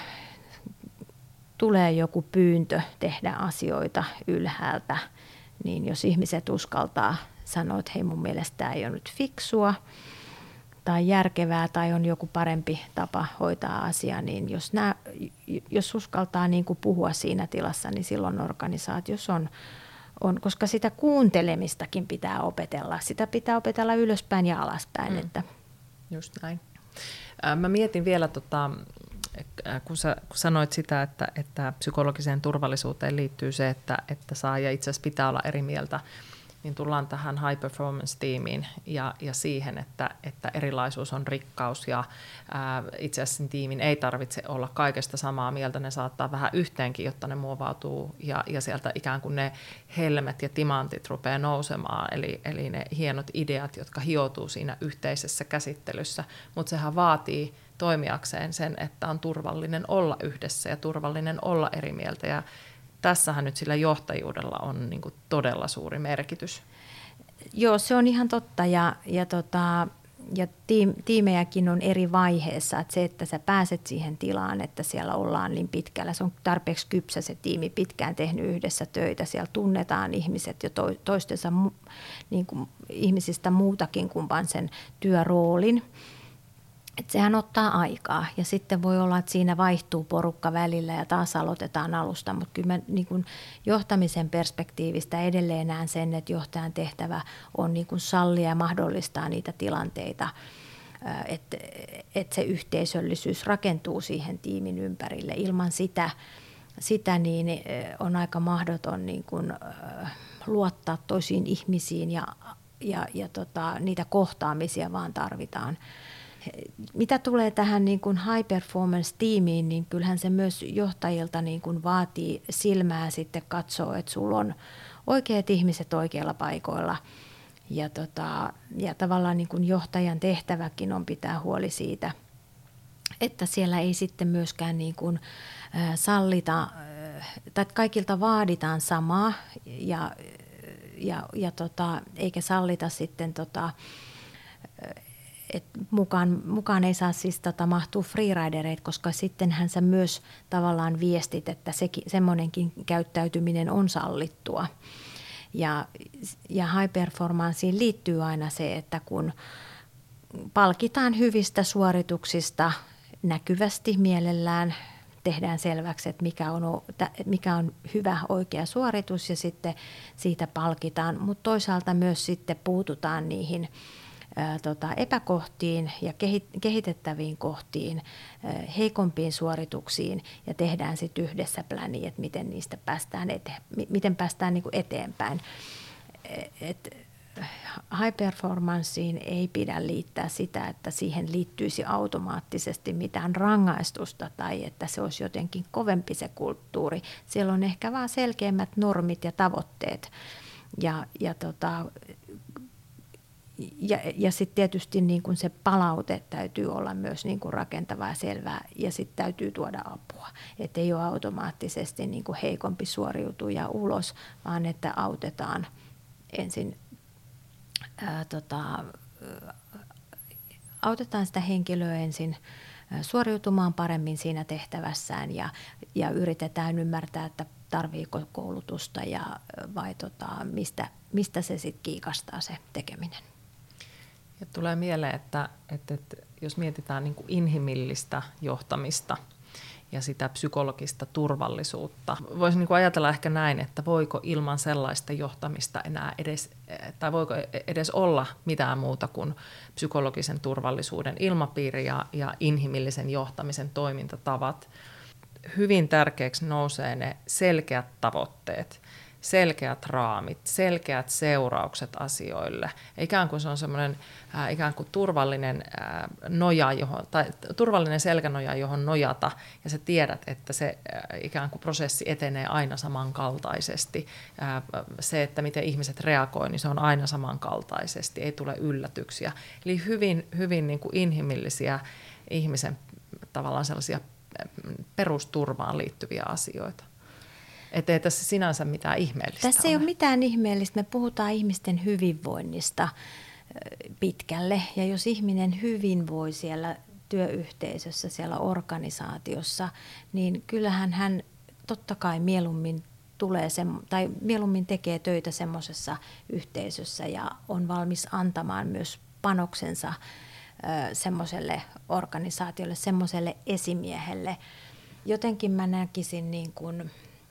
tulee joku pyyntö tehdä asioita ylhäältä, niin jos ihmiset uskaltaa sanoa, että hei, mun mielestä tämä ei ole nyt fiksua tai järkevää tai on joku parempi tapa hoitaa asiaa, niin jos, nää, jos uskaltaa niin kuin puhua siinä tilassa, niin silloin organisaatiossa on, on, koska sitä kuuntelemistakin pitää opetella. Sitä pitää opetella ylöspäin ja alaspäin. Mm. Että. Just näin. Mä mietin vielä, tota, kun, sä, kun sanoit sitä, että, että psykologiseen turvallisuuteen liittyy se, että, että saa ja itse asiassa pitää olla eri mieltä, niin tullaan tähän high performance-tiimiin ja, ja siihen, että, että erilaisuus on rikkaus ja ää, itse asiassa sen tiimin ei tarvitse olla kaikesta samaa mieltä, ne saattaa vähän yhteenkin, jotta ne muovautuu ja, ja sieltä ikään kuin ne helmet ja timantit rupeaa nousemaan, eli, eli ne hienot ideat, jotka hioutuu siinä yhteisessä käsittelyssä, mutta sehän vaatii toimijakseen sen, että on turvallinen olla yhdessä ja turvallinen olla eri mieltä ja tässähän nyt sillä johtajuudella on niin kuin todella suuri merkitys. Joo, se on ihan totta ja, ja tota, ja tiimejäkin on eri vaiheessa, että se, että sä pääset siihen tilaan, että siellä ollaan niin pitkällä, se on tarpeeksi kypsä se tiimi, pitkään tehnyt yhdessä töitä, siellä tunnetaan ihmiset jo toistensa niin kuin ihmisistä muutakin kuin vain sen työroolin. Että sehän ottaa aikaa ja sitten voi olla, että siinä vaihtuu porukka välillä ja taas aloitetaan alusta, mutta kyllä mä niin kuin johtamisen perspektiivistä edelleen näen sen, että johtajan tehtävä on niin kuin sallia ja mahdollistaa niitä tilanteita, että, että se yhteisöllisyys rakentuu siihen tiimin ympärille. Ilman sitä, sitä niin on aika mahdoton niin kuin luottaa toisiin ihmisiin ja, ja, ja tota, niitä kohtaamisia vaan tarvitaan. Mitä tulee tähän niin kuin high performance-tiimiin, niin kyllähän se myös johtajilta niin kuin vaatii silmää sitten katsoa, että sulla on oikeat ihmiset oikeilla paikoilla. Ja, tota, ja tavallaan niin kuin johtajan tehtäväkin on pitää huoli siitä, että siellä ei sitten myöskään niin kuin sallita, tai kaikilta vaaditaan samaa, ja, ja, ja tota, eikä sallita sitten tota, et mukaan, mukaan ei saa siis tota, mahtua freeridereita, koska sittenhän sä myös tavallaan viestit, että sekin, semmoinenkin käyttäytyminen on sallittua. Ja, ja high performanceen liittyy aina se, että kun palkitaan hyvistä suorituksista näkyvästi mielellään, tehdään selväksi, että mikä on, mikä on hyvä oikea suoritus ja sitten siitä palkitaan, mutta toisaalta myös sitten puututaan niihin ää, tota, epäkohtiin ja kehitettäviin kohtiin, ää, heikompiin suorituksiin ja tehdään sitten yhdessä pläni, että miten niistä päästään, ete- miten päästään niinku eteenpäin. Et, high performanceen ei pidä liittää sitä, että siihen liittyisi automaattisesti mitään rangaistusta tai että se olisi jotenkin kovempi se kulttuuri. Siellä on ehkä vaan selkeämmät normit ja tavoitteet. Ja, ja, tota, ja, ja sitten tietysti niin kun se palaute täytyy olla myös niin kun rakentavaa ja selvää ja sitten täytyy tuoda apua. Että ei ole automaattisesti niin kun heikompi suoriutuja ulos, vaan että autetaan ensin Ää, tota, autetaan sitä henkilöä ensin suoriutumaan paremmin siinä tehtävässään ja, ja yritetään ymmärtää, että tarviiko koulutusta ja vai tota, mistä, mistä se sitten kiikastaa se tekeminen. Ja tulee mieleen, että, että, että jos mietitään niin kuin inhimillistä johtamista ja sitä psykologista turvallisuutta. Voisin niin kuin ajatella ehkä näin, että voiko ilman sellaista johtamista enää edes, tai voiko edes olla mitään muuta kuin psykologisen turvallisuuden ilmapiiri ja, ja inhimillisen johtamisen toimintatavat. Hyvin tärkeäksi nousee ne selkeät tavoitteet, selkeät raamit, selkeät seuraukset asioille. Ikään kuin se on semmoinen äh, ikään kuin turvallinen äh, noja, johon, tai turvallinen selkänoja, johon nojata, ja sä tiedät, että se äh, ikään kuin prosessi etenee aina samankaltaisesti. Äh, se, että miten ihmiset reagoi, niin se on aina samankaltaisesti, ei tule yllätyksiä. Eli hyvin, hyvin niin kuin inhimillisiä ihmisen tavallaan sellaisia perusturvaan liittyviä asioita. Että ei tässä sinänsä mitään ihmeellistä Tässä ei ole mitään ihmeellistä. Me puhutaan ihmisten hyvinvoinnista pitkälle. Ja jos ihminen hyvinvoi siellä työyhteisössä, siellä organisaatiossa, niin kyllähän hän totta kai mieluummin tulee se, tai mieluummin tekee töitä semmoisessa yhteisössä ja on valmis antamaan myös panoksensa semmoiselle organisaatiolle, semmoiselle esimiehelle. Jotenkin mä näkisin niin kuin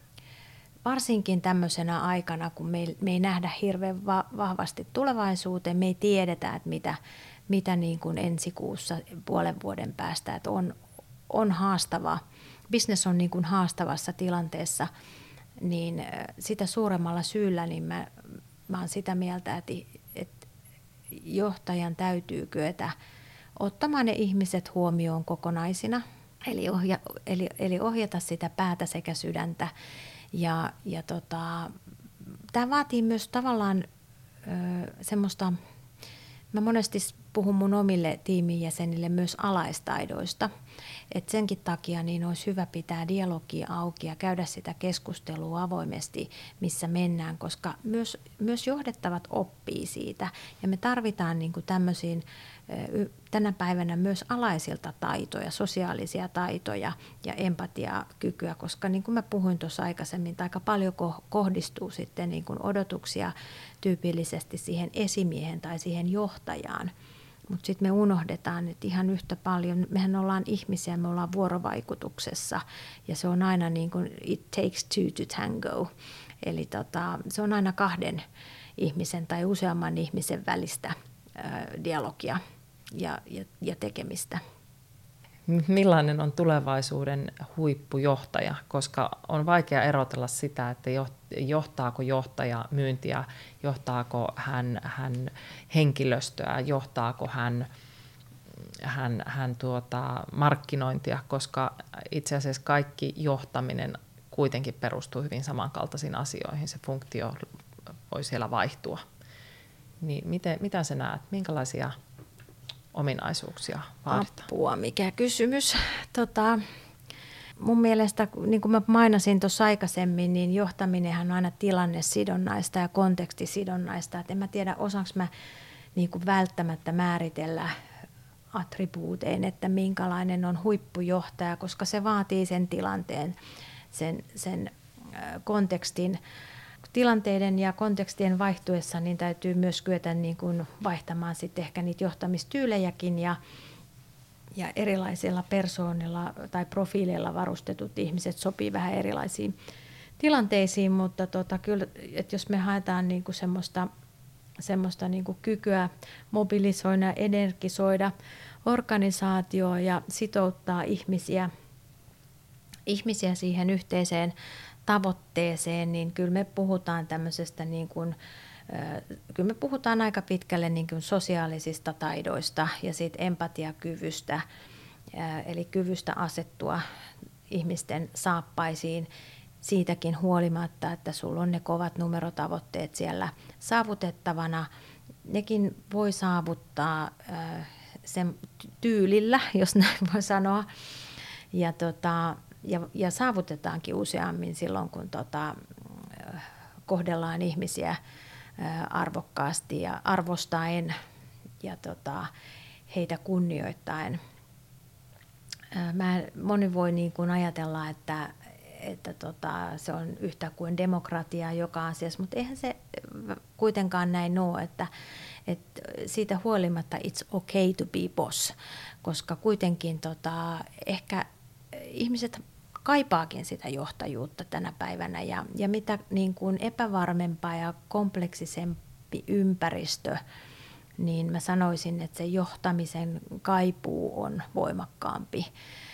varsinkin tämmöisenä aikana, kun me ei, me ei nähdä hirveän va- vahvasti tulevaisuuteen, me ei tiedetä, että mitä, mitä niin kuin ensi kuussa puolen vuoden päästä, että on, on haastava, business on niin kuin haastavassa tilanteessa, niin sitä suuremmalla syyllä niin mä, mä oon sitä mieltä, että, että johtajan täytyy kyetä ottamaan ne ihmiset huomioon kokonaisina, eli, ohja, eli, eli ohjata sitä päätä sekä sydäntä. Ja, ja tota, tämä vaatii myös tavallaan ö, semmoista, mä monesti puhun mun omille tiimin jäsenille myös alaistaidoista. Et senkin takia niin olisi hyvä pitää dialogia auki ja käydä sitä keskustelua avoimesti, missä mennään, koska myös, myös johdettavat oppii siitä. Ja me tarvitaan niin kuin tämmöisiin tänä päivänä myös alaisilta taitoja, sosiaalisia taitoja ja empatiakykyä, koska niin kuin mä puhuin tuossa aikaisemmin, aika paljon kohdistuu sitten niin kuin odotuksia tyypillisesti siihen esimiehen tai siihen johtajaan. Mutta sitten me unohdetaan, että ihan yhtä paljon, mehän ollaan ihmisiä, me ollaan vuorovaikutuksessa ja se on aina niin kuin it takes two to tango. Eli tota, se on aina kahden ihmisen tai useamman ihmisen välistä ää, dialogia ja, ja, ja tekemistä. Millainen on tulevaisuuden huippujohtaja, koska on vaikea erotella sitä, että johtaako johtaja myyntiä, johtaako hän, hän henkilöstöä, johtaako hän, hän, hän tuota markkinointia, koska itse asiassa kaikki johtaminen kuitenkin perustuu hyvin samankaltaisiin asioihin, se funktio voi siellä vaihtua. Niin miten, mitä sä näet, minkälaisia ominaisuuksia vaaditaan? Apua, mikä kysymys. Tota, mun mielestä, niin kuin mä mainasin tuossa aikaisemmin, niin johtaminenhan on aina tilannesidonnaista ja kontekstisidonnaista. Et en mä tiedä, osaanko mä niin kuin välttämättä määritellä attribuutein, että minkälainen on huippujohtaja, koska se vaatii sen tilanteen, sen, sen kontekstin. Tilanteiden ja kontekstien vaihtuessa niin täytyy myös kyetä niin kuin vaihtamaan sitten ehkä niitä johtamistyylejäkin ja, ja erilaisilla persoonilla tai profiileilla varustetut ihmiset sopii vähän erilaisiin tilanteisiin, mutta tota, kyllä, että jos me haetaan niin kuin semmoista, semmoista niin kuin kykyä mobilisoida, energisoida organisaatioa ja sitouttaa ihmisiä, ihmisiä siihen yhteiseen tavoitteeseen, niin kyllä me puhutaan tämmöisestä niin kuin, kyllä me puhutaan aika pitkälle niin kuin sosiaalisista taidoista ja siitä empatiakyvystä, eli kyvystä asettua ihmisten saappaisiin siitäkin huolimatta, että sulla on ne kovat numerotavoitteet siellä saavutettavana. Nekin voi saavuttaa sen tyylillä, jos näin voi sanoa, ja tota, Ja, ja saavutetaankin useammin silloin, kun tota, kohdellaan ihmisiä arvokkaasti ja arvostaen ja tota, heitä kunnioittaen. Mä, moni voi niin kuin ajatella, että, että tota, se on yhtä kuin demokratia joka asiassa, mutta eihän se kuitenkaan näin ole, että, että siitä huolimatta it's okay to be boss, koska kuitenkin tota, ehkä ihmiset kaipaakin sitä johtajuutta tänä päivänä ja, ja mitä niin kuin epävarmempaa ja kompleksisempi ympäristö, niin mä sanoisin, että se johtamisen kaipuu on voimakkaampi.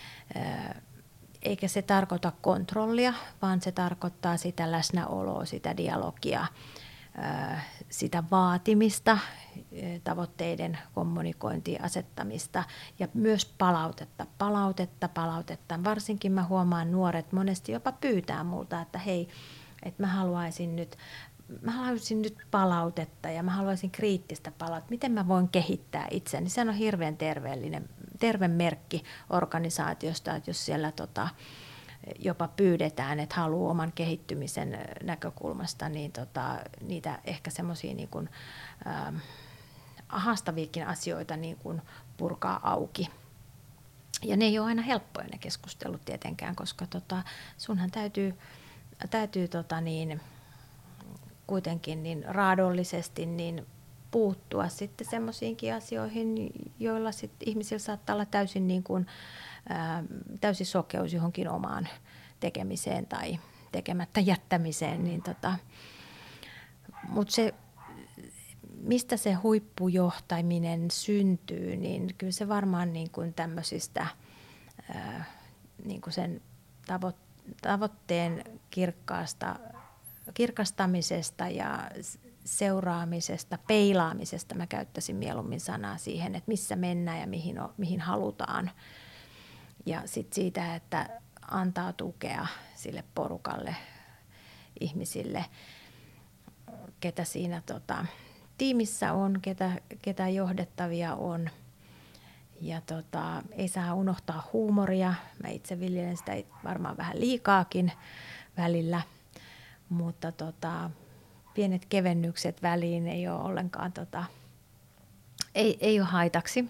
Eikä se tarkoita kontrollia, vaan se tarkoittaa sitä läsnäoloa, sitä dialogia, sitä vaatimista, tavoitteiden kommunikointia, asettamista ja myös palautetta, palautetta, palautetta. Varsinkin mä huomaan nuoret monesti jopa pyytää multa, että hei, että mä haluaisin nyt, mä haluaisin nyt palautetta ja mä haluaisin kriittistä palautetta. Miten mä voin kehittää itseni? Se on hirveän terveellinen, terve merkki organisaatiosta, että jos siellä tota, jopa pyydetään, että haluaa oman kehittymisen näkökulmasta, niin tota, niitä ehkä semmoisia niin kuin, ähm, haastaviakin asioita niin kuin purkaa auki. Ja ne ei ole aina helppoja ne keskustelut tietenkään, koska tota, sunhan täytyy, täytyy tota niin, kuitenkin niin raadollisesti niin puuttua sitten semmoisiinkin asioihin, joilla sit ihmisillä saattaa olla täysin, niin kuin, ää, täysin sokeus johonkin omaan tekemiseen tai tekemättä jättämiseen. Niin tota, mutta se, mistä se huippujohtaminen syntyy, niin kyllä se varmaan niin kuin tämmöisistä ää, niin kuin sen tavo- tavoitteen kirkkaasta, kirkastamisesta ja seuraamisesta, peilaamisesta, mä käyttäisin mieluummin sanaa siihen, että missä mennään ja mihin, mihin halutaan. Ja sitten siitä, että antaa tukea sille porukalle, ihmisille, ketä siinä tota, tiimissä on, ketä, ketä johdettavia on. Ja tota, ei saa unohtaa huumoria. Mä itse viljelen sitä varmaan vähän liikaakin välillä, mutta tota, pienet kevennykset väliin ei ole ollenkaan tota, ei, ei ole haitaksi.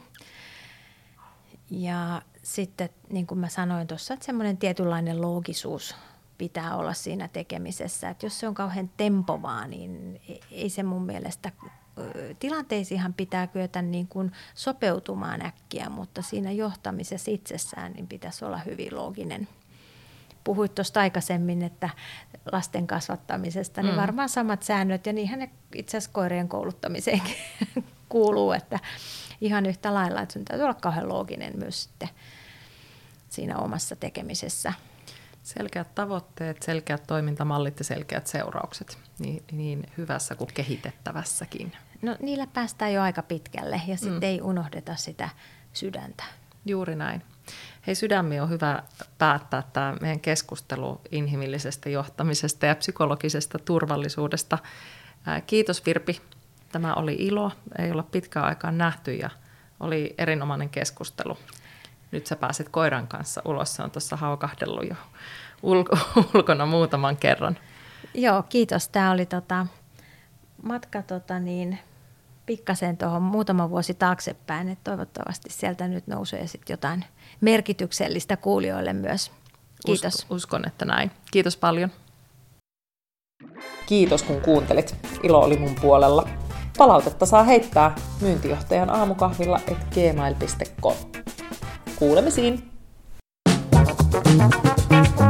Ja sitten niin kuin mä sanoin tuossa, että semmoinen tietynlainen loogisuus pitää olla siinä tekemisessä. Että jos se on kauhean tempovaa, niin ei se mun mielestä, tilanteisiinhan pitää kyetä niin kuin sopeutumaan äkkiä, mutta siinä johtamisessa itsessään niin pitäisi olla hyvin looginen. Puhuit tuosta aikaisemmin, että lasten kasvattamisesta, niin varmaan samat säännöt, ja niinhän ne itse asiassa koirien kouluttamiseenkin kuuluu, että ihan yhtä lailla, että sun täytyy olla kauhean looginen myös sitten siinä omassa tekemisessä. Selkeät tavoitteet, selkeät toimintamallit ja selkeät seuraukset, niin, niin hyvässä kuin kehitettävässäkin. No niillä päästään jo aika pitkälle ja sitten mm. ei unohdeta sitä sydäntä. Juuri näin. Hei, sydämi on hyvä päättää tämä meidän keskustelu inhimillisestä johtamisesta ja psykologisesta turvallisuudesta. Kiitos Virpi. Tämä oli ilo. Ei olla pitkään aikaan nähty ja oli erinomainen keskustelu. Nyt sä pääset koiran kanssa ulos. Se on tuossa haukahdellut jo ulko- ulkona muutaman kerran. Joo, kiitos. Tämä oli tota, matka tota niin, pikkasen tuohon muutama vuosi taaksepäin. Et toivottavasti sieltä nyt nousee sit jotain merkityksellistä kuulijoille myös. Kiitos. Uskon, uskon, että näin. Kiitos paljon. Kiitos kun kuuntelit. Ilo oli mun puolella. Palautetta saa heittää myyntijohtajan aamukahvilla at gmail piste com. Kuulemisiin!